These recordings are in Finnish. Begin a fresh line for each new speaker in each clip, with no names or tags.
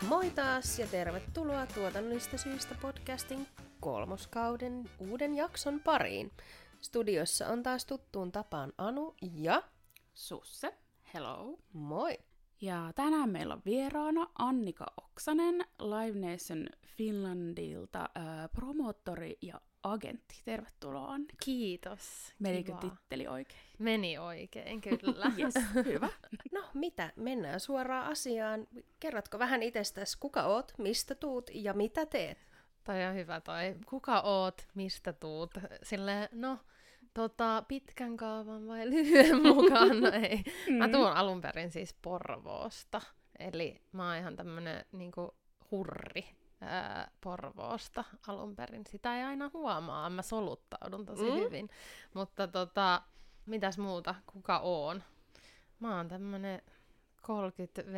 Moi taas ja tervetuloa Tuotannollista syistä podcastin 3. kauden uuden jakson pariin. Studiossa on taas tuttuun tapaan Anu ja
Susse, hello.
moi!
Ja tänään meillä on vieraana Annika Oksanen Live Nation Finlandilta, promoottori ja agentti. Tervetuloa Annika.
Kiitos.
Menikö
Kiva.
titteli oikein?
Meni oikein, kyllä.
Yes, hyvä.
No mitä, mennään suoraan asiaan. Kerrotko vähän itsestäsi, kuka oot, mistä tuut ja mitä teet?
Toi on hyvä toi. Kuka oot, mistä tuut? Silleen, pitkän kaavan vai lyhyen mukaan? No ei. Mä tuun alun perin siis Porvoosta. Eli mä oon ihan tämmönen niinku hurri Porvoosta alun perin. Sitä ei aina huomaa, mä soluttaudun tosi hyvin. Mutta mitäs muuta, kuka oon? Mä oon tämmönen 30V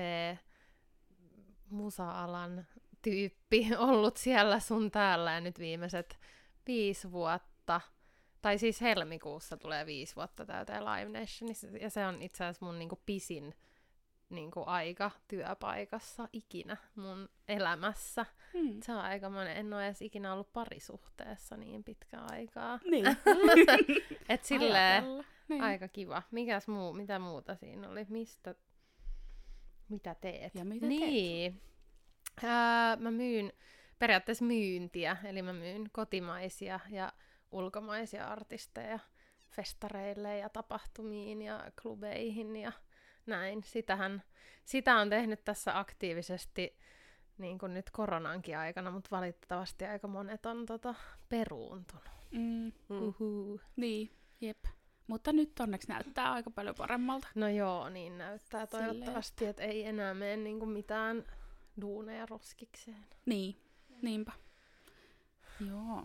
musa-alan tyyppi ollut siellä sun täällä ja nyt viimeiset 5 vuotta. Tai siis helmikuussa tulee 5 vuotta täyteen Live Nationissa, ja se on itse asiassa mun niinku pisin niinku aika työpaikassa ikinä mun elämässä. Se on aikamoinen, en ole edes ikinä ollut parisuhteessa niin pitkään aikaa.
Niin.
Et silleen
Niin.
aika kiva. Mitä muuta siinä oli? Mitä teet?
Ja mitä
niin. Mä myyn periaatteessa myyntiä, eli mä myyn kotimaisia ja ulkomaisia artisteja festareille ja tapahtumiin ja klubeihin ja näin. Sitä on tehnyt tässä aktiivisesti niin kuin nyt koronankin aikana, mutta valitettavasti aika monet on peruuntunut.
Niin, jep. Mutta nyt onneksi näyttää aika paljon paremmalta.
No joo, niin näyttää toivottavasti, että ei enää mene niin kuin mitään duuneja roskikseen.
Niin, niinpä. Joo.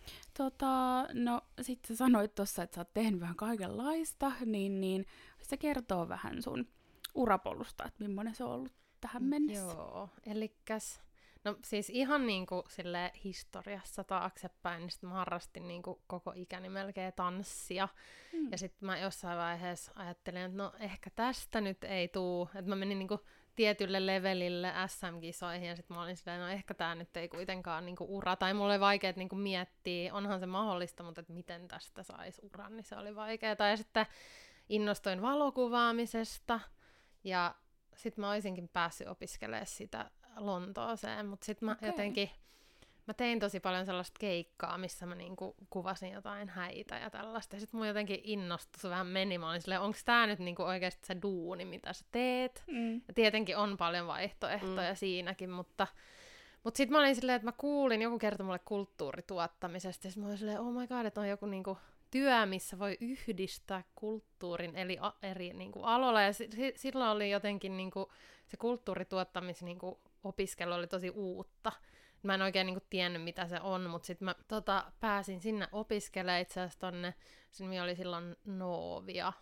No sit sä sanoit tossa, että sä oot tehnyt vähän kaikenlaista, niin se kertoo vähän sun urapolusta, että millainen se on ollut tähän mennessä.
Joo, elikkäs, no siis ihan niinku silleen historiassa taaksepäin, niin sit mä harrastin niinku koko ikäni melkein tanssia. Ja sit mä jossain vaiheessa ajattelin, että no ehkä tästä nyt ei tuu, että mä menin niinku tietylle levelille SM-kisoihin, ja sitten mä olin silleen, no ehkä tää nyt ei kuitenkaan niinku ura, tai mulla oli vaikea niinku miettiä, onhan se mahdollista, mutta että miten tästä saisi uran, niin se oli vaikeaa. Ja sitten innostuin valokuvaamisesta, ja sitten mä olisinkin päässyt opiskelemaan sitä Lontooseen, mutta sitten mä jotenkin, mä tein tosi paljon sellaista keikkaa, missä mä niinku kuvasin jotain häitä ja tällaista, ja sitten mun jotenkin innostus vähän meni, mä olin silleen, onko tää nyt niinku oikeasti se duuni, mitä sä teet? Ja tietenkin on paljon vaihtoehtoja siinäkin, mutta sitten mä olin silleen, että mä kuulin, joku kertoi mulle kulttuurituottamisesta, ja sitten mä olin silleen, oh my god, että on joku niinku työ, missä voi yhdistää kulttuurin eri niinku aloilla, ja silloin oli jotenkin niinku, se kulttuurituottamis niinku, opiskelu oli tosi uutta. Mä en oikein niinku tiennyt, mitä se on, mutta sitten mä pääsin sinne opiskelemaan itse asiassa tonne, se nimi oli silloin Novia,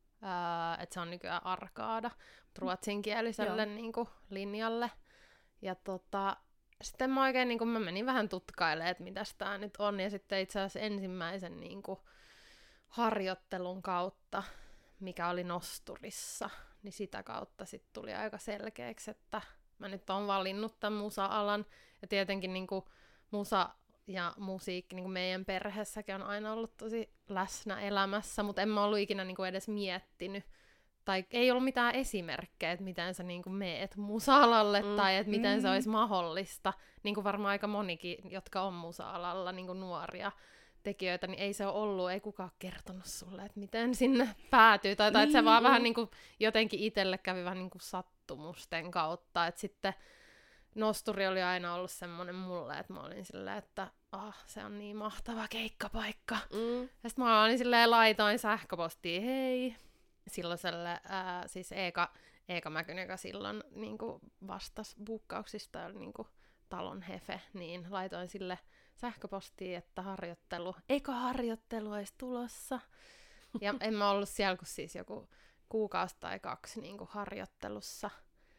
että se on nykyään Arcada, ruotsinkieliselle niinku, linjalle. Ja sitten mä oikein niinku, mä menin vähän tutkailemaan, että mitäs tää nyt on, ja sitten itse asiassa ensimmäisen niinku, harjoittelun kautta, mikä oli Nosturissa, niin sitä kautta sitten tuli aika selkeäksi, että mä nyt oon valinnut tämän musa-alan, ja tietenkin niinku musa ja musiikki niinku meidän perheessäkin on aina ollut tosi läsnä elämässä, mutta en mä ollut ikinä niinku edes miettinyt, tai ei ollut mitään esimerkkejä, että miten sä niinku meet musa-alalle, tai että miten se olisi mahdollista, niin kuin varmaan aika monikin, jotka on musa-alalla niinku nuoria tekijöitä, niin ei se ole ollut, ei kukaan kertonut sulle, että miten sinne päätyy, tai että se vaan vähän niinku jotenkin itselle kävi vähän niinku sattumusten kautta, että sitten Nosturi oli aina ollut semmoinen mulle, että mä olin silleen, että se on niin mahtava keikkapaikka. Ja sitten mä olin silleen, laitoin sähköpostiin, hei, silloiselle, siis Eeka Mäkynen, joka silloin niinku vastasi buukkauksista, oli niinku talon hefe, niin laitoin sille sähköpostiin, että eka harjoittelu olisi tulossa. Ja en mä ollut siellä kuin siis joku kuukausi tai 2 niinku harjoittelussa.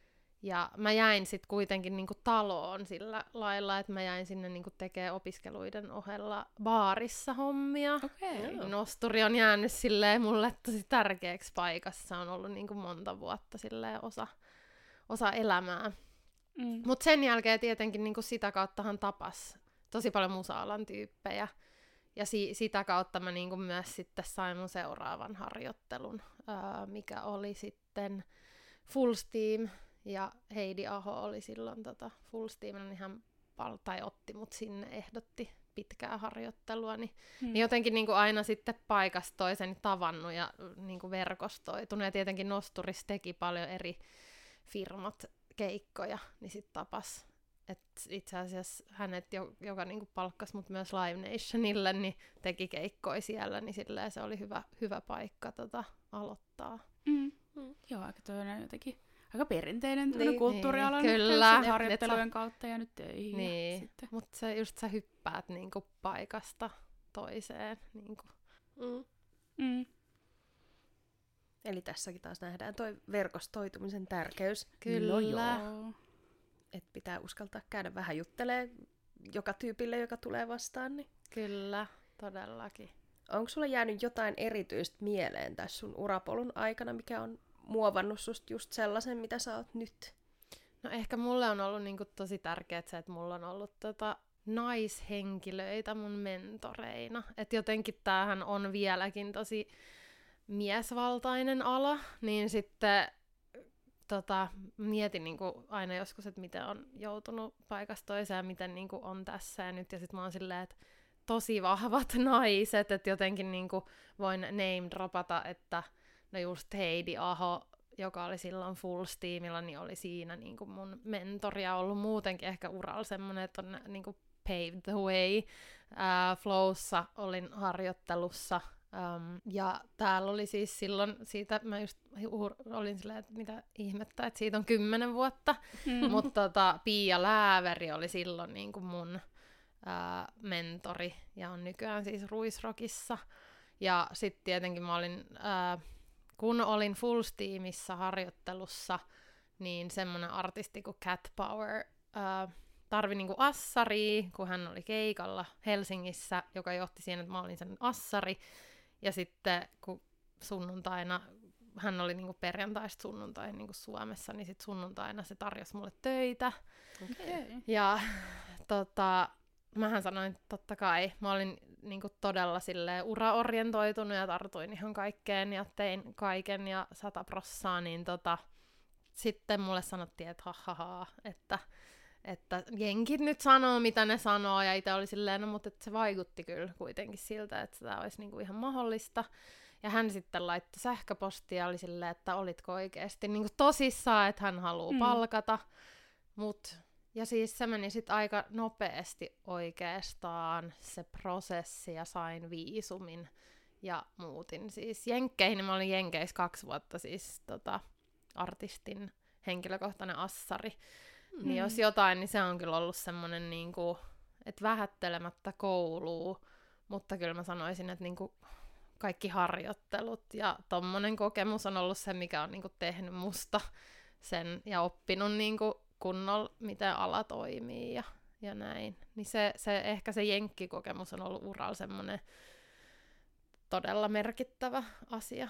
Ja mä jäin sitten kuitenkin niinku taloon sillä lailla, että mä jäin sinne niinku tekemään opiskeluiden ohella baarissa hommia.
Okei.
Nosturi on jäänyt silleen mulle tosi tärkeäksi paikassa. On ollut niinku monta vuotta silleen osa elämää. Mutta sen jälkeen tietenkin niinku sitä kauttahan tapas tosi paljon musa-alan tyyppejä. Ja sitä kautta mä niinku myös sitten sain mun seuraavan harjoittelun, mikä oli sitten Full Steam. Ja Heidi Aho oli silloin Full Steamilla, niin hän otti mut sinne, ehdotti pitkää harjoittelua. Niin jotenkin niinku aina sitten paikasta toisen tavannut ja niinku verkostoitunut. Ja tietenkin Nosturis teki paljon eri firmat keikkoja, niin sitten tapas. Et itse asiassa hänet, joka niinku palkkasi mut myös Live Nationille, niin teki keikkoja siellä, niin silleen se oli hyvä paikka aloittaa.
Joo, aika toinen jotenkin aika perinteinen kulttuurialan
kyllä,
harjoittelujen kautta ja nyt töihin.
Niin, mutta sä hyppäät niinku paikasta toiseen. Niinku.
Eli tässäkin taas nähdään toi verkostoitumisen tärkeys.
Kyllä.
No että pitää uskaltaa käydä vähän juttelemaan joka tyypille, joka tulee vastaan. Niin.
Kyllä, todellakin.
Onko sulla jäänyt jotain erityistä mieleen tässä sun urapolun aikana, mikä on muovannut susta just sellaisen, mitä sä oot nyt?
No ehkä mulle on ollut niinku tosi tärkeää se, että mulla on ollut naishenkilöitä mun mentoreina. Että jotenkin tämähän on vieläkin tosi miesvaltainen ala, niin sitten mietin niinku aina joskus, että miten on joutunut paikasta toiseen ja miten niinku on tässä ja nyt. Ja sitten mä oon silleen, että tosi vahvat naiset, että jotenkin niinku voin name-dropata, että no just Heidi Aho, joka oli silloin Full Steamilla, niin oli siinä niinku mun mentori ja ollut muutenkin ehkä uralla semmoinen, että on niinku paved the way. Flowssa olin harjoittelussa. Ja täällä oli siis silloin, siitä mä just olin silleen, että mitä ihmettä, että siitä on 10 vuotta, mutta Pia Lääveri oli silloin niin kuin mun mentori ja on nykyään siis Ruisrockissa. Ja sitten tietenkin mä olin, kun olin Full Steamissa harjoittelussa, niin semmoinen artisti kuin Cat Power tarvi niinku assaria, kun hän oli keikalla Helsingissä, joka johti siihen, että mä olin sen assari. Ja sitten kun sunnuntaina, hän oli niinku perjantaista sunnuntaihin niinku Suomessa, niin sitten sunnuntaina se tarjosi mulle töitä.
Okay.
Ja mähän sanoin, että totta kai, mä olin niinku todella silleen uraorientoitunut ja tartuin ihan kaikkeen ja tein kaiken ja 100%, niin sitten mulle sanottiin, että että jenkit nyt sanoo, mitä ne sanoo, ja itse oli silleen, no, mutta se vaikutti kyllä kuitenkin siltä, että tämä olisi niinku ihan mahdollista. Ja hän sitten laittoi sähköpostia ja oli silleen, että olitko oikeasti niinku tosissaan, että hän haluaa palkata. Ja siis se meni sitten aika nopeasti oikeastaan se prosessi ja sain viisumin ja muutin siis Jenkkeihin. Mä olin Jenkeissä 2 vuotta siis artistin henkilökohtainen assari. Niin jos jotain, niin se on kyllä ollut semmoinen, niinku, että vähättelemättä koulua, mutta kyllä mä sanoisin, että niinku kaikki harjoittelut ja tommonen kokemus on ollut se, mikä on niinku tehnyt musta sen ja oppinut niinku kunnolla, miten ala toimii ja näin. Niin se ehkä se jenkkikokemus on ollut uralla semmoinen todella merkittävä asia.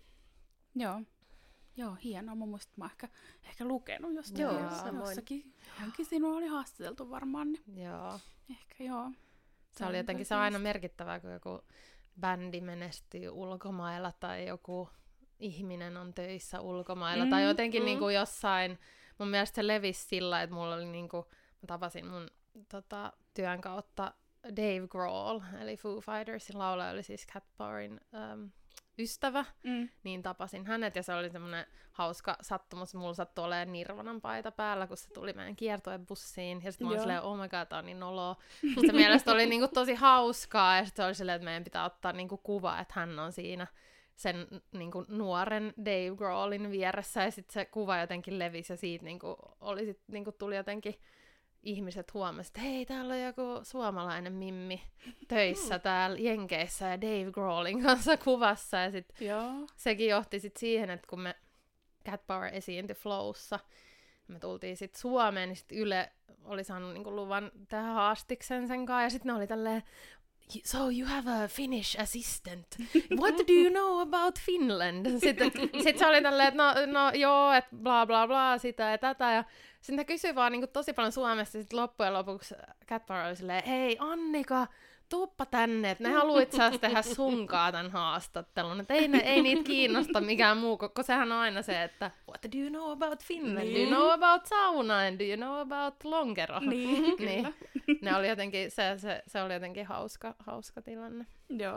Joo, hienoa. Mun mielestä mä ehkä lukenut jostain.
Jossakin.
Johonkin sinua oli haastateltu varmaan. Niin.
Joo.
Ehkä joo.
Se oli jotenkin, se on aina merkittävää, kun joku bändi menestyy ulkomailla tai joku ihminen on töissä ulkomailla tai jotenkin niinku jossain. Mun mielestä se levisi sillä, että mulla oli niinku, mä tapasin mun työn kautta Dave Grohl, eli Foo Fightersin laulaja, oli siis Cat Powerin ystävä, niin tapasin hänet, ja se oli semmoinen hauska sattumus. Mulla sattui olemaan Nirvanan paita päällä, kun se tuli meidän kiertuebussiin, ja sitten mä olin silleen, oh my god, tää on niin noloa. Mutta se mielestä oli niinku tosi hauskaa, ja sitten se oli silleen, että meidän pitää ottaa niinku kuva, että hän on siinä sen niinku nuoren Dave Grohlin vieressä, ja sitten se kuva jotenkin levisi, ja siitä niinku oli sit, niinku tuli jotenkin ihmiset huomasivat, että hei, täällä on joku suomalainen mimmi töissä täällä Jenkeissä ja Dave Grohlin kanssa kuvassa. Ja sit sekin johti sit siihen, että kun me Cat Power esiintyi Flowssa, me tultiin sitten Suomeen, niin sit Yle oli saanut niinku luvan tehdä haastiksen sen kanssa. Ja sitten ne oli tälleen so you have a Finnish assistant. What do you know about Finland? Sitten se oli tälleen, että no joo, että bla bla bla, sitä ja tätä. Ja sitten ne kysyi vaan niin tosi paljon suomessa. Sitten loppujen lopuksi Cat Power oli silleen, hei Annika, tuuppa tänne, että ne haluaa itse asiassa tehdä sunkaan tämän haastattelun. Että ei niitä kiinnosta mikään muu, koska sehän on aina se, että what do you know about Finland? Do you know about sauna? And do you know about lonkero?
Niin, kyllä.
Ne oli jotenkin, se oli jotenkin hauska tilanne.
Joo.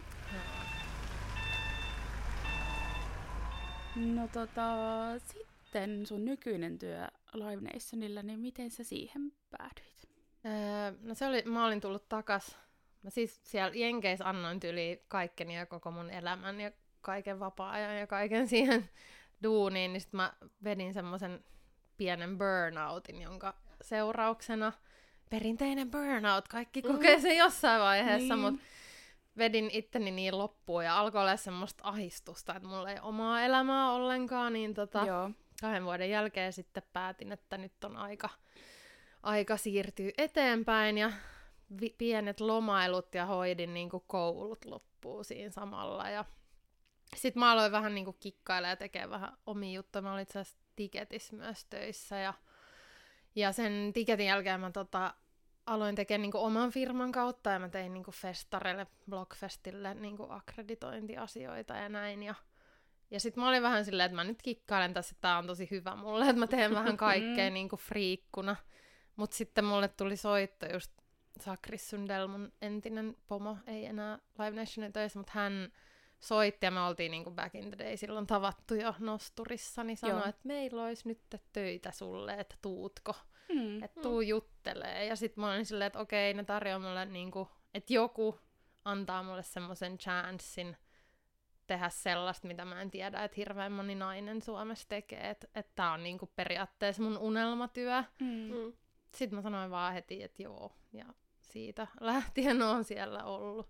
No sitten sun nykyinen työ Live Nationilla, niin miten sä siihen päädyit?
No mä olin tullut takas. Mä siis siellä Jenkeissä annoin tyli kaikkeni ja koko mun elämän ja kaiken vapaa-ajan ja kaiken siihen duuniin, niin sit mä vedin semmoisen pienen burnoutin, jonka seurauksena perinteinen burnout, kaikki kokee sen jossain vaiheessa,
niin.
mutta vedin itteni niin loppuun ja alkoi olla semmoista ahistusta, että mulla ei omaa elämää ollenkaan, niin 2 vuoden jälkeen sitten päätin, että nyt on aika siirtyä eteenpäin ja pienet lomailut ja hoidin niinku koulut loppuun siinä samalla. Ja sitten mä aloin vähän niinku kikkailemaan ja tekemään vähän omia juttuja. Mä olin itse asiassa Tiketissä myös töissä ja sen Tiketin jälkeen mä aloin tekemään niinku oman firman kautta ja mä tein niinku festareille, Blockfestille niinku akkreditointiasioita ja näin. Ja sit mä olin vähän silleen, että mä nyt kikkailen tässä, että tää on tosi hyvä mulle, että mä teen vähän kaikkea niinku friikkuna. Mut sitten mulle tuli soitto just Sakris Sundell, mun entinen pomo, ei enää Live Nationin töissä, mutta hän soitti ja me oltiin niinku back in the day silloin tavattu jo nosturissa, niin sanoi, että meillä olisi nyt töitä sulle, että tuutko, että tuu juttelee. Ja sit mä olin silleen, että okei, ne tarjoaa mulle niinku, että joku antaa mulle semmoisen chanssin tehdä sellaista, mitä mä en tiedä, että hirveän moni nainen Suomessa tekee, että tää on niinku periaatteessa mun unelmatyö. Sitten mä sanoin vaan heti, että joo, ja siitä lähtien oon siellä ollut.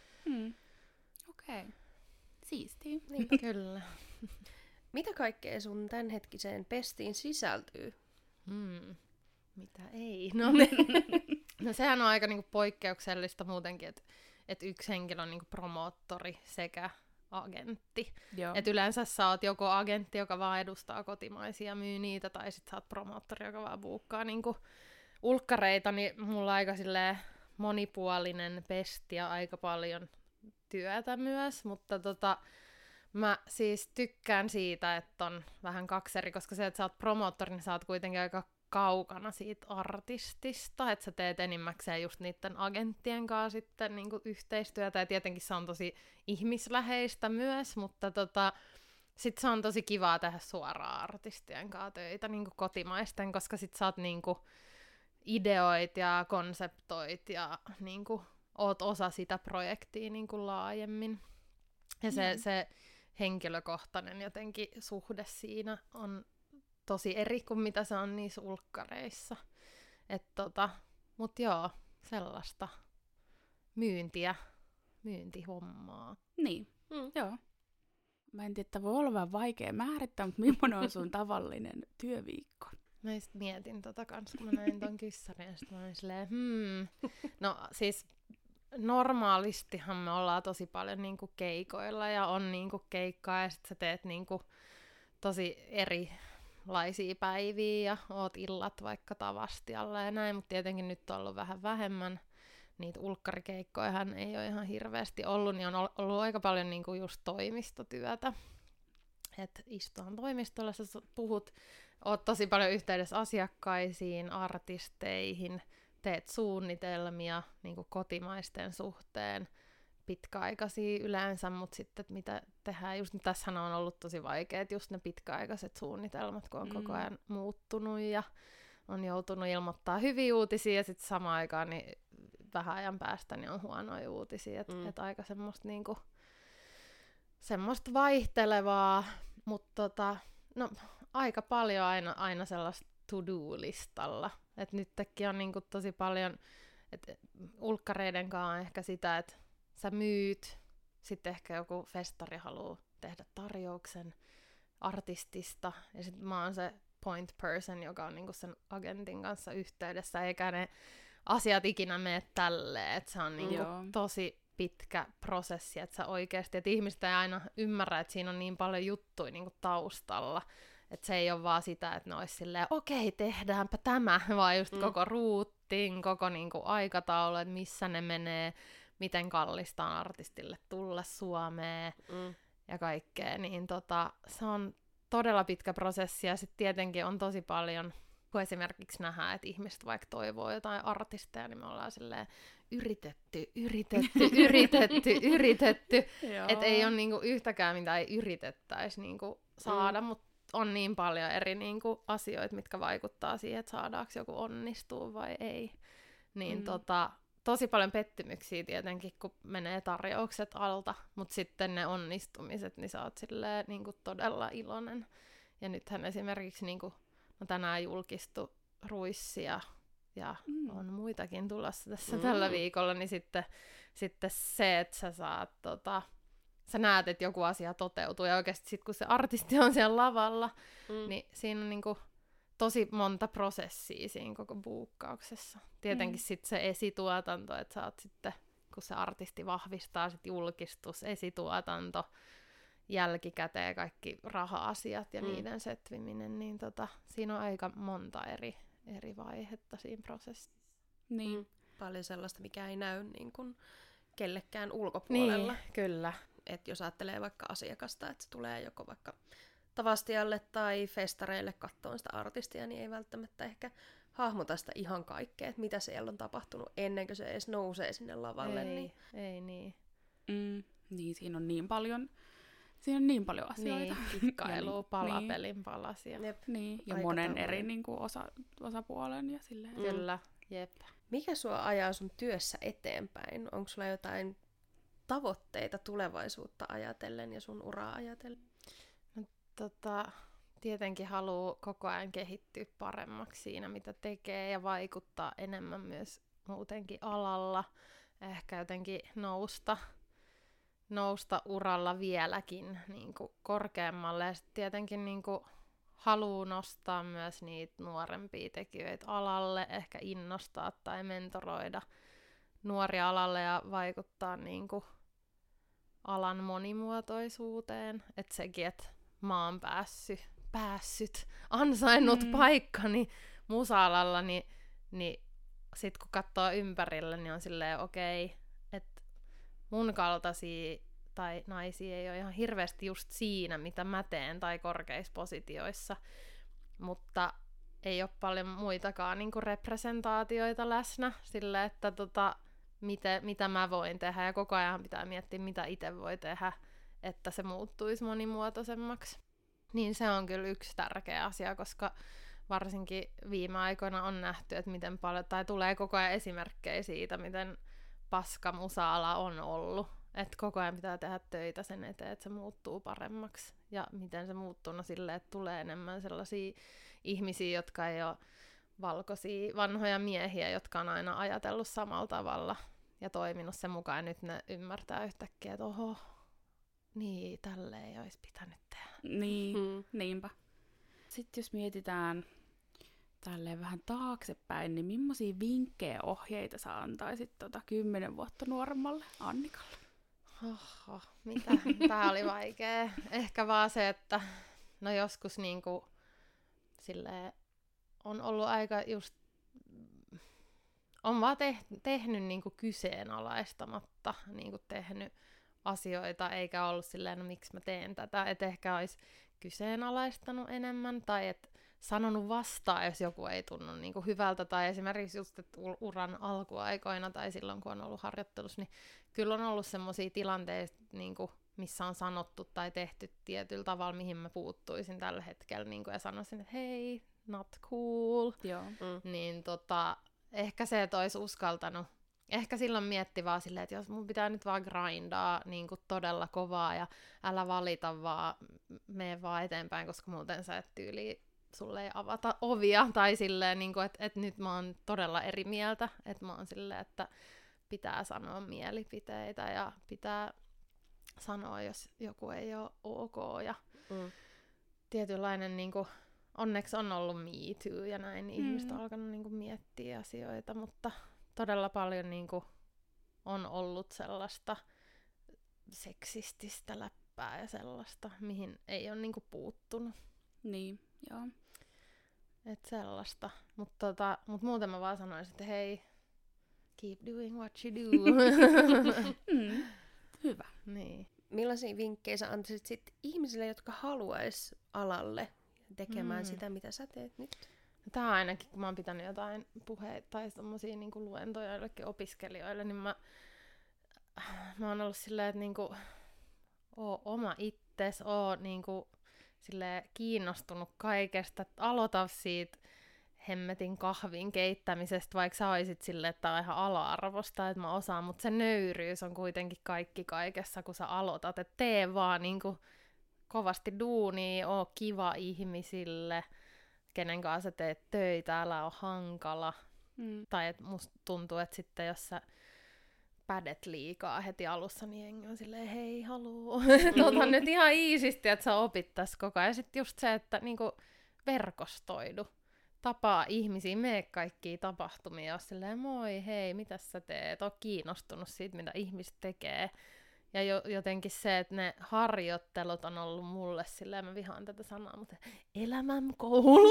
Okei. Siistiä.
Niinpä kyllä.
Mitä kaikkea sun tämänhetkiseen pestiin sisältyy?
Mitä ei? No sehän on aika niinku poikkeuksellista muutenkin, että yksi henkilö on niinku promoottori sekä agentti. Et yleensä sä oot joko agentti, joka vaan edustaa kotimaisia ja myy niitä, tai sit sä oot promoottori, joka vaan buukkaa niinku ulkkareita, niin mulla on aika silleen monipuolinen pesti ja aika paljon työtä myös, mutta mä siis tykkään siitä, että on vähän kakseri, koska se, että sä oot promoottori, niin sä oot kuitenkin aika kaukana siitä artistista, että sä teet enimmäkseen just niiden agenttien kanssa sitten niin kuin yhteistyötä, ja tietenkin se on tosi ihmisläheistä myös, mutta sit se on tosi kivaa tehdä suoraan artistien kanssa töitä, niin kuin kotimaisten, koska sit sä oot niin kuin ideoit ja konseptoit ja niin kuin oot osa sitä projektia niin kuin laajemmin. Ja se henkilökohtainen jotenkin suhde siinä on tosi eri kuin mitä se on niissä ulkkareissa. Mut joo, sellaista myyntihommaa.
Niin, joo. Mä en tiedä, että voi olla vähän vaikea määrittää, mutta millainen on sun tavallinen työviikko?
Mä just mietin kanssa, kun mä näin ton kyssärin, ja sit mä olin silleen, No siis normaalistihan me ollaan tosi paljon niinku keikoilla, ja on niinku keikkaa, ja sit sä teet niinku tosi erilaisia päiviä, ja oot illat vaikka Tavastialla ja näin, mutta tietenkin nyt on ollut vähän vähemmän. Niitä ulkkarikeikkojahan ei ole ihan hirveästi ollut, niin on ollut aika paljon niinku just toimistotyötä. Että istutaan toimistolla, sä puhut, oot tosi paljon yhteydessä asiakkaisiin, artisteihin, teet suunnitelmia niinku kotimaisten suhteen, pitkäaikaisia yleensä, mutta sitten mitä tehdään, just tässähän on ollut tosi vaikeat just ne pitkäaikaiset suunnitelmat, kun on koko ajan muuttunut ja on joutunut ilmoittaa hyviä uutisia ja sitten samaan aikaan niin vähän ajan päästä niin on huonoja uutisia, että aika semmoista niinku semmoista vaihtelevaa, mutta aika paljon aina sellaista to-do-listalla. Et nytkin on niinku tosi paljon, että ulkkareiden kanssa ehkä sitä, että sä myyt, sitten ehkä joku festari haluaa tehdä tarjouksen artistista, ja sitten mä oon se point person, joka on niinku sen agentin kanssa yhteydessä, eikä ne asiat ikinä mene tälleen, että se on niinku
Joo.
tosi pitkä prosessi, että sä oikeasti, että ihmiset ei aina ymmärrä, että siinä on niin paljon juttuja niinku taustalla, että se ei ole vaan sitä, että ne olisi silleen, okei, tehdäänpä tämä, vaan just koko ruutin, koko niinku aikataulu, että missä ne menee, miten kallista on artistille tulla Suomeen ja kaikkea, niin se on todella pitkä prosessi, ja sitten tietenkin on tosi paljon, kun esimerkiksi nähdään, että ihmiset vaikka toivoo jotain artisteja, niin me ollaan silleen yritetty, että ei ole niinku yhtäkään, mitä ei yritettäisi niinku saada, mutta on niin paljon eri niinku asioita, mitkä vaikuttaa siihen, että saadaanko joku onnistuu vai ei. Niin tosi paljon pettymyksiä tietenkin, kun menee tarjoukset alta, mutta sitten ne onnistumiset, niin sä oot silleen niinku todella iloinen. Ja nythän esimerkiksi niinku, tänään julkistui Ruissia ja on muitakin tulossa tässä tällä viikolla, niin sitten se, että sä saat sä näet, että joku asia toteutuu, ja oikeasti sit, kun se artisti on siellä lavalla, niin siinä on niinku tosi monta prosessia siinä koko buukkauksessa. Tietenkin sitten se esituotanto, että sä oot sitten, kun se artisti vahvistaa, sit julkistus, esituotanto, jälkikäteen kaikki raha-asiat ja niiden setviminen, niin siinä on aika monta eri vaihetta siinä prosessissa.
Niin.
Paljon sellaista, mikä ei näy niin kuin kellekään ulkopuolella.
Niin, kyllä.
Et jos ajattelee vaikka asiakasta, että se tulee joko vaikka Tavastialle tai festareille katsomaan sitä artistia, niin ei välttämättä ehkä hahmota sitä ihan kaikkea, että mitä siellä on tapahtunut ennen kuin se edes nousee sinne lavalle.
Ei niin.
Niin, siinä on niin paljon asioita.
Niin, kikkailua, palapelin palasia.
Niin, ja
aika
monen
tavoin.
eri niinku osapuolen ja silleen.
Kyllä, jep.
Mikä sua ajaa sun työssä eteenpäin? Onko sulla jotain tavoitteita tulevaisuutta ajatellen ja sun uraa ajatellen?
Tietenkin haluaa koko ajan kehittyä paremmaksi siinä, mitä tekee, ja vaikuttaa enemmän myös muutenkin alalla. Ehkä jotenkin nousta uralla vieläkin niin kuin korkeammalle. Ja sitten tietenkin niin kuin haluaa nostaa myös niitä nuorempia tekijöitä alalle, ehkä innostaa tai mentoroida nuoria alalle ja vaikuttaa niin kuin alan monimuotoisuuteen. Että sekin, että mä oon päässyt ansainnut paikkani musa-alalla, niin sit kun katsoo ympärille, niin on silleen okei, että mun kaltaisia tai naisia ei ole ihan hirveästi just siinä, mitä mä teen, tai korkeissa positioissa, mutta ei ole paljon muitakaan niinku representaatioita läsnä sille, että mitä mä voin tehdä, ja koko ajan pitää miettiä, mitä itse voi tehdä, että se muuttuisi monimuotoisemmaksi. Niin se on kyllä yksi tärkeä asia, koska varsinkin viime aikoina on nähty, että miten paljon, tai tulee koko ajan esimerkkejä siitä, miten paska musa-ala on ollut. Että koko ajan pitää tehdä töitä sen eteen, että se muuttuu paremmaksi. Ja miten se muuttuu? No silleen, että tulee enemmän sellaisia ihmisiä, jotka ei ole valkoisia vanhoja miehiä, jotka on aina ajatellut samalla tavalla ja toiminut sen mukaan. Ja nyt ne ymmärtää yhtäkkiä, että oho, niin, tälleen ei olisi pitänyt tehdä.
Niin, niinpä. Sitten jos mietitään tälleen vähän taaksepäin, niin millaisia vinkkejä ohjeita sä antaisit 10 vuotta nuoremmalle Annikalle?
Oho, mitä? Tää oli vaikea. Ehkä vaan se, että no joskus niinku silleen on ollut aika just on vaan tehnyt niinku kyseenalaistamatta niinku tehnyt asioita, eikä ollut silleen, no miksi mä teen tätä, että ehkä olisi kyseenalaistanut enemmän, tai että sanonut vastaan, jos joku ei tunnu niinku hyvältä, tai esimerkiksi just uran alkuaikoina, tai silloin, kun on ollut harjoittelussa, niin kyllä on ollut semmoisia tilanteita, niinku, missä on sanottu tai tehty tietyllä tavalla, mihin mä puuttuisin tällä hetkellä, niinku, ja sanoisin, että hei, not cool.
Joo.
Niin ehkä se, että olisi uskaltanut ehkä silloin mietti vaan silleen, että jos mun pitää nyt vaan grindaa niin kuin todella kovaa ja älä valita vaan, mene vaan eteenpäin, koska muuten sä et tyyliin sulle ei avata ovia, tai silleen, niin kuin, että nyt mä oon todella eri mieltä, että mä oon silleen, että pitää sanoa mielipiteitä ja pitää sanoa, jos joku ei ole ok, ja tietynlainen niin kuin, onneksi on ollut Me Too ja näin, niin ihmiset on alkanut niin kuin miettiä asioita, mutta todella paljon niinku on ollut sellaista seksististä läppää ja sellaista, mihin ei ole niinku puuttunut.
Niin, joo.
Et sellaista. Mutta mut muuten mä vaan sanoisin, että hei, keep doing what you do.
Hyvä.
Niin.
Millaisia vinkkejä sä antaisit sit ihmisille, jotka haluais alalle tekemään sitä, mitä sä teet nyt?
Tää on ainakin, kun mä oon pitänyt jotain puheita tai semmosia niinku luentoja joillekin opiskelijoille, niin mä oon ollut silleen, että niinku, oo oma itses, oo niinku silleen kiinnostunut kaikesta, että aloita siitä hemmetin kahvin keittämisestä, vaikka sä oisit silleen, että tää on ihan ala-arvosta, että mä osaan, mutta se nöyryys on kuitenkin kaikki kaikessa, kun sä aloitat, että tee vaan niinku kovasti duunia, oo kiva ihmisille, kenen kanssa sä teet töitä, älä oo hankala. Tai että musta tuntuu, että sitten jos sä pädet liikaa heti alussa, niin jengi on silleen, hei, haluu. Ota nyt ihan iisisti, että sä opit tässä koko ajan. Ja sitten just se, että niinku verkostoidu. Tapaa ihmisiä, mene kaikkiin tapahtumiin ja silleen, moi, hei, mitä sä teet? Oot kiinnostunut siitä, mitä ihmiset tekee. Ja jotenkin se, että ne harjoittelut on ollut mulle silleen, mä vihaan tätä sanaa, mutta elämänkoulu.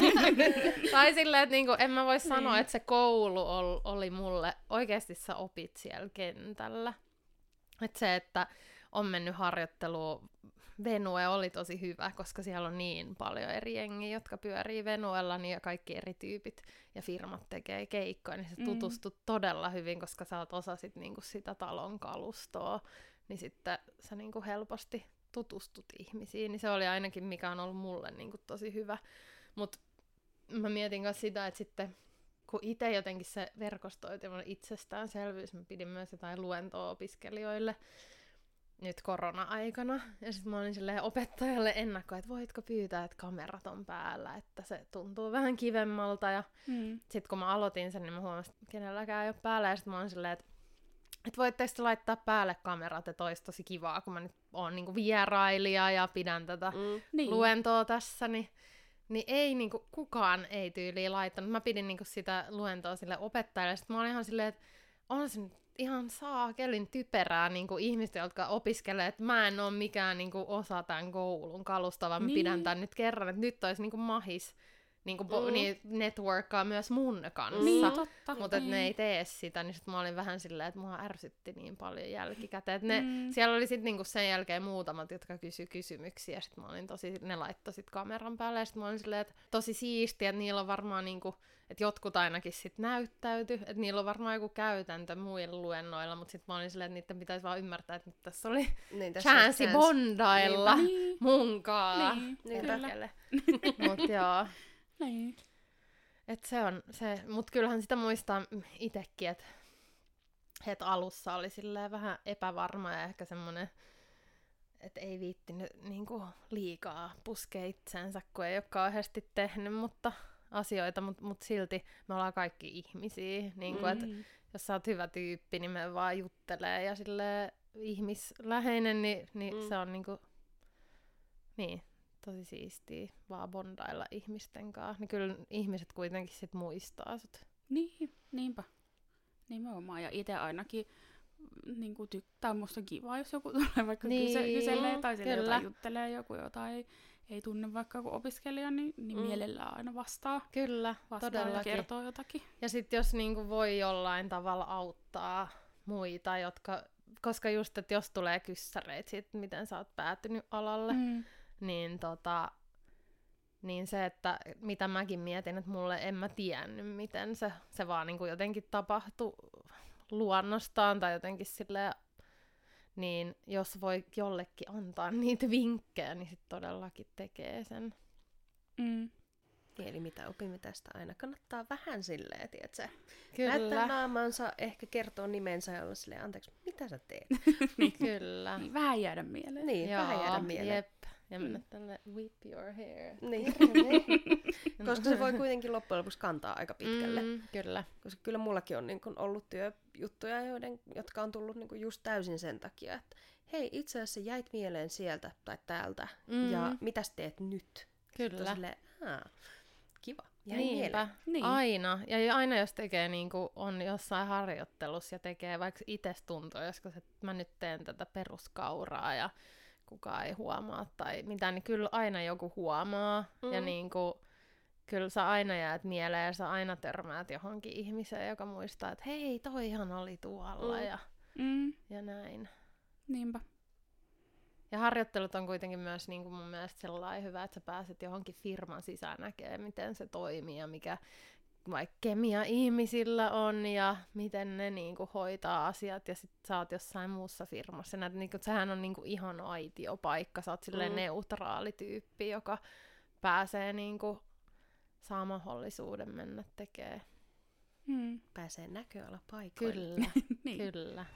Tai silleen, että niinku, en mä voi sanoa, että se koulu oli mulle, oikeasti sä opit siellä kentällä. Että se, että on mennyt harjoitteluun, Venue oli tosi hyvä, koska siellä on niin paljon eri jengiä, jotka pyörii Venuella, niin ja kaikki eri tyypit ja firmat tekee keikkoja, niin sä tutustut todella hyvin, koska sä oot osa niinku sitä talon kalustoa, niin sitten sä niinku helposti tutustut ihmisiin, niin se oli ainakin, mikä on ollut mulle niinku tosi hyvä. Mutta mä mietin myös sitä, että sitten kun itse jotenkin se verkostoitu on itsestäänselvyys, mä pidin myös jotain luentoa opiskelijoille, nyt korona-aikana. Ja sitten mä olin silleen opettajalle ennakkoon, että voitko pyytää, että kamerat on päällä, että se tuntuu vähän kivemmalta. Ja sitten kun mä aloitin sen, niin mä huomasin, että kenelläkään ei ole päällä. Ja sitten mä olin silleen, että voitteko te laittaa päälle kamerat, että olisi tosi kivaa, kun mä nyt oon niinku vierailija ja pidän tätä luentoa tässä, niin ei niinku, kukaan ei tyyliin laittanut. Mä pidin niinku sitä luentoa sille opettajalle. Sitten mä olin ihan silleen, että on se nyt ihan saakelin typerää niinku ihmistä, jotka opiskelee, että mä en ole mikään niinku osa tämän koulun kalusta, vaan mä pidän tämän nyt kerran, että nyt olisi niinku mahis niinku networkkaa myös mun kanssa, mutta ne ei tee sitä, niin sit mä olin vähän silleen, että mua ärsytti niin paljon jälkikäteen, että siellä oli sit niinku sen jälkeen muutamat, jotka kysyi kysymyksiä, ja sit mä olin ne laittoi sit kameran päälle, ja sit mä olin silleen, että tosi siistiä, että niillä on varmaan niinku, että jotkut ainakin sit näyttäyty, että niillä on varmaan joku käytäntö muilla luennoilla, mutta sit mä olin silleen, että niiden pitäisi vaan ymmärtää, että nyt tässä oli chanssi bondailla munkaan. Mut joo.
Niin.
Et se on se, mut kyllähän sitä muistaa itekin, että alussa oli silleen vähän epävarma ja ehkä semmonen, että ei viittinyt niinku liikaa puskea itsensä, kun ei ole kauheasti tehnyt asioita, mut silti me ollaan kaikki ihmisiä, niinku, että jos sä oot hyvä tyyppi, niin me vaan juttelee ja silleen ihmisläheinen, niin se on niinku, niin. Tosi siistiä vaan bondailla ihmisten kanssa. Niin kyllä ihmiset kuitenkin sit muistaa sut.
Niin, niinpä. Nimenomaan. Ja itse ainakin niin tää on musta kiva, jos joku tulee vaikka kyselee tai sille jotain juttelee joku, jota ei tunne vaikka joku opiskelija, niin mielellään aina vastaa.
Kyllä, todellakin.
Ja kertoo jotakin.
Ja sit jos niinku voi jollain tavalla auttaa muita, koska just, että jos tulee kyssäreitä siitä, miten sä oot päätynyt alalle, niin se, että mitä mäkin mietin, että mulle en mä tiennyt, miten se vaan niin kuin jotenkin tapahtui luonnostaan tai jotenkin silleen, niin jos voi jollekin antaa niitä vinkkejä, niin sit todellakin tekee sen.
Eli mitä opimme tästä, aina kannattaa vähän silleen, tietsä.
Kyllä.
Näyttää naamansa, ehkä kertoo nimensä ja olla silleen, anteeksi, mitä sä teet?
Kyllä.
Niin, vähän jäädä mieleen.
Niin, vähän jäädä mieleen.
Jep. Ja mennä tälle whip your hair.
Niin. Koska se voi kuitenkin loppujen lopuksi kantaa aika pitkälle.
Kyllä.
Koska kyllä mullakin on niin kun ollut työjuttuja, jotka on tullut niin kun just täysin sen takia, että hei, itse asiassa jäit mieleen sieltä tai täältä, ja mitäs teet nyt?
Kyllä.
Silleen, kiva. Jäi
Niinpä,
mieleen.
Niin.
aina. Ja aina jos tekee niinku on jossain harjoittelussa ja tekee vaikka itse tuntuu joskus, että mä nyt teen tätä peruskauraa ja kukaan ei huomaa tai mitään, niin kyllä aina joku huomaa. Ja niinku, kyllä sä aina jäät mieleen ja sä aina törmäät johonkin ihmiseen, joka muistaa, että hei, toihan oli tuolla ja näin.
Niinpä.
Ja harjoittelut on kuitenkin myös niin kuin mun mielestä sellainen hyvä, että sä pääset johonkin firman sisään näkemään, miten se toimii ja mikä vaikka kemia ihmisillä on ja miten ne niin kuin hoitaa asiat. Ja sit sä oot jossain muussa firmassa. Näet, niin kuin, sehän on niin kuin ihan aitiopaikka. Sä oot silleen neutraali tyyppi, joka pääsee niin kuin, saa mahdollisuuden mennä tekemään.
Pääsee näköalapaikoille.
Kyllä,
Niin.
kyllä.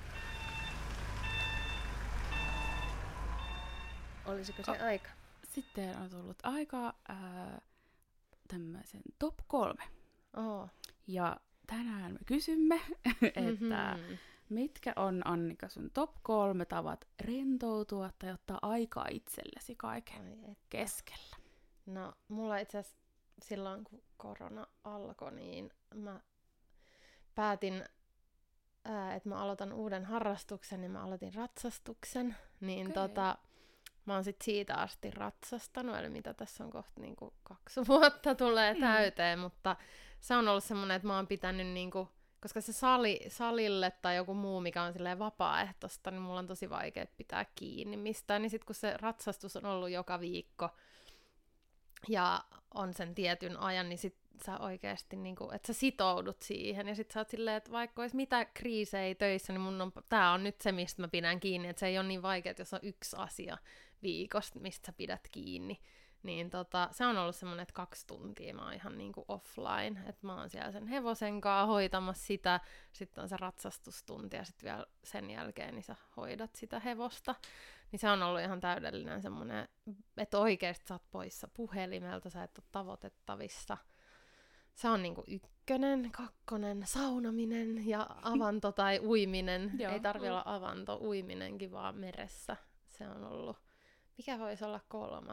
Olisiko se aika?
Sitten on tullut aika tämmöisen top 3.
Oh.
Ja tänään me kysymme, että mitkä on, Annika, sun top 3 tavat rentoutua tai ottaa aikaa itsellesi kaiken keskellä?
No, mulla itse asiassa silloin, kun korona alkoi, niin mä päätin, että mä aloitan uuden harrastuksen, niin mä aloitin ratsastuksen. Niin mä oon sit siitä asti ratsastanut, eli mitä tässä on kohta niinku 2 vuotta tulee täyteen, mutta se on ollut semmoinen, että mä oon pitänyt niinku, koska se salille tai joku muu, mikä on silleen vapaaehtoista, niin mulla on tosi vaikea pitää kiinni mistään, niin sit kun se ratsastus on ollut joka viikko ja on sen tietyn ajan, niin sit sä oikeesti, niinku, että sä sitoudut siihen, ja sit sä oot silleen, että vaikka olisi mitä kriisejä töissä, niin tää on nyt se, mistä mä pidän kiinni, että se ei ole niin vaikea, jos on yksi asia viikosta, mistä sä pidät kiinni. Niin se on ollut semmoinen, että 2 tuntia mä oon ihan niinku offline, että mä oon siellä sen hevosen kanssa hoitamassa sitä, sitten on se ratsastustunti, ja sitten vielä sen jälkeen niin sä hoidat sitä hevosta. Niin se on ollut ihan täydellinen semmoinen, että oikeesti sä oot poissa puhelimelta, sä et ole tavoitettavissa. Se on niinku 1, 2, saunaminen ja avanto tai uiminen. Ei tarvitse olla avanto, uiminenkin vaan meressä. Se on ollut. Mikä voisi olla 3?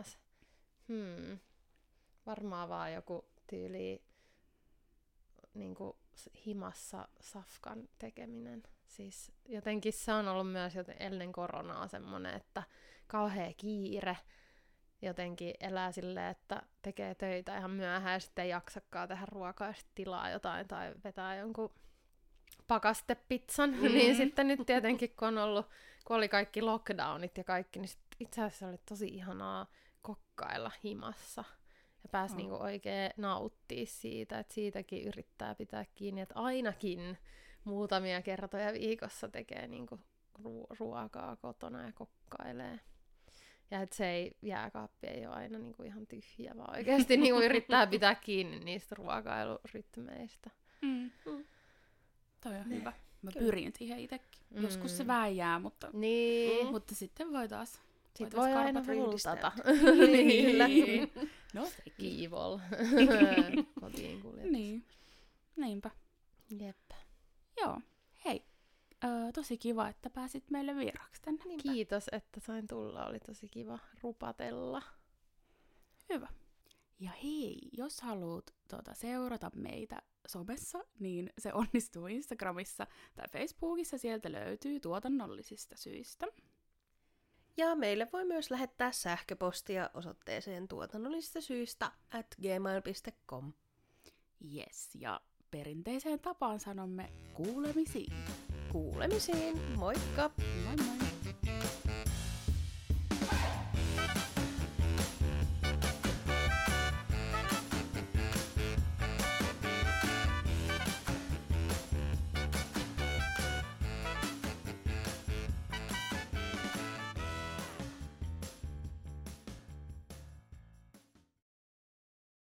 Varmaan vaan joku tyyli niinku himassa safkan tekeminen. Siis jotenkin se on ollut myös ennen koronaa semmoinen, että kauhea kiire. Jotenkin elää silleen, että tekee töitä ihan myöhään ja sitten ei jaksakaan tehdä ruokaa ja sitten tilaa jotain tai vetää jonkun pakastepizzan. Niin sitten nyt tietenkin, kun oli kaikki lockdownit ja kaikki, niin itse asiassa oli tosi ihanaa kokkailla himassa. Ja pääsi niinku oikein nauttia siitä, että siitäkin yrittää pitää kiinni, että ainakin muutamia kertoja viikossa tekee niinku ruokaa kotona ja kokkailee. Ja että se jääkaappi ei ole aina niinku ihan tyhjä, vaan oikeasti niinku yrittää pitää kiinni niistä ruokailurytmeistä.
Toi on hyvä. Mä pyrin siihen itsekin. Joskus se väijää, mutta sitten voi taas.
Sitten voi aina hultata.
Niin. No sekin.
Evil. Kotiin kuljetus.
Niin. Niinpä.
Jep.
Joo. Hei. Tosi kiva, että pääsit meille vieraaksi tänne.
Niinpä. Kiitos, että sain tulla. Oli tosi kiva rupatella.
Hyvä. Ja hei, jos haluat seurata meitä somessa, niin se onnistuu Instagramissa tai Facebookissa. Sieltä löytyy tuotannollisista syistä.
Ja meille voi myös lähettää sähköpostia osoitteeseen tuotannollisista syistä @gmail.com.
Yes, ja perinteiseen tapaan sanomme kuulemisiin.
Kuulemisiin, moikka!
Moi moi!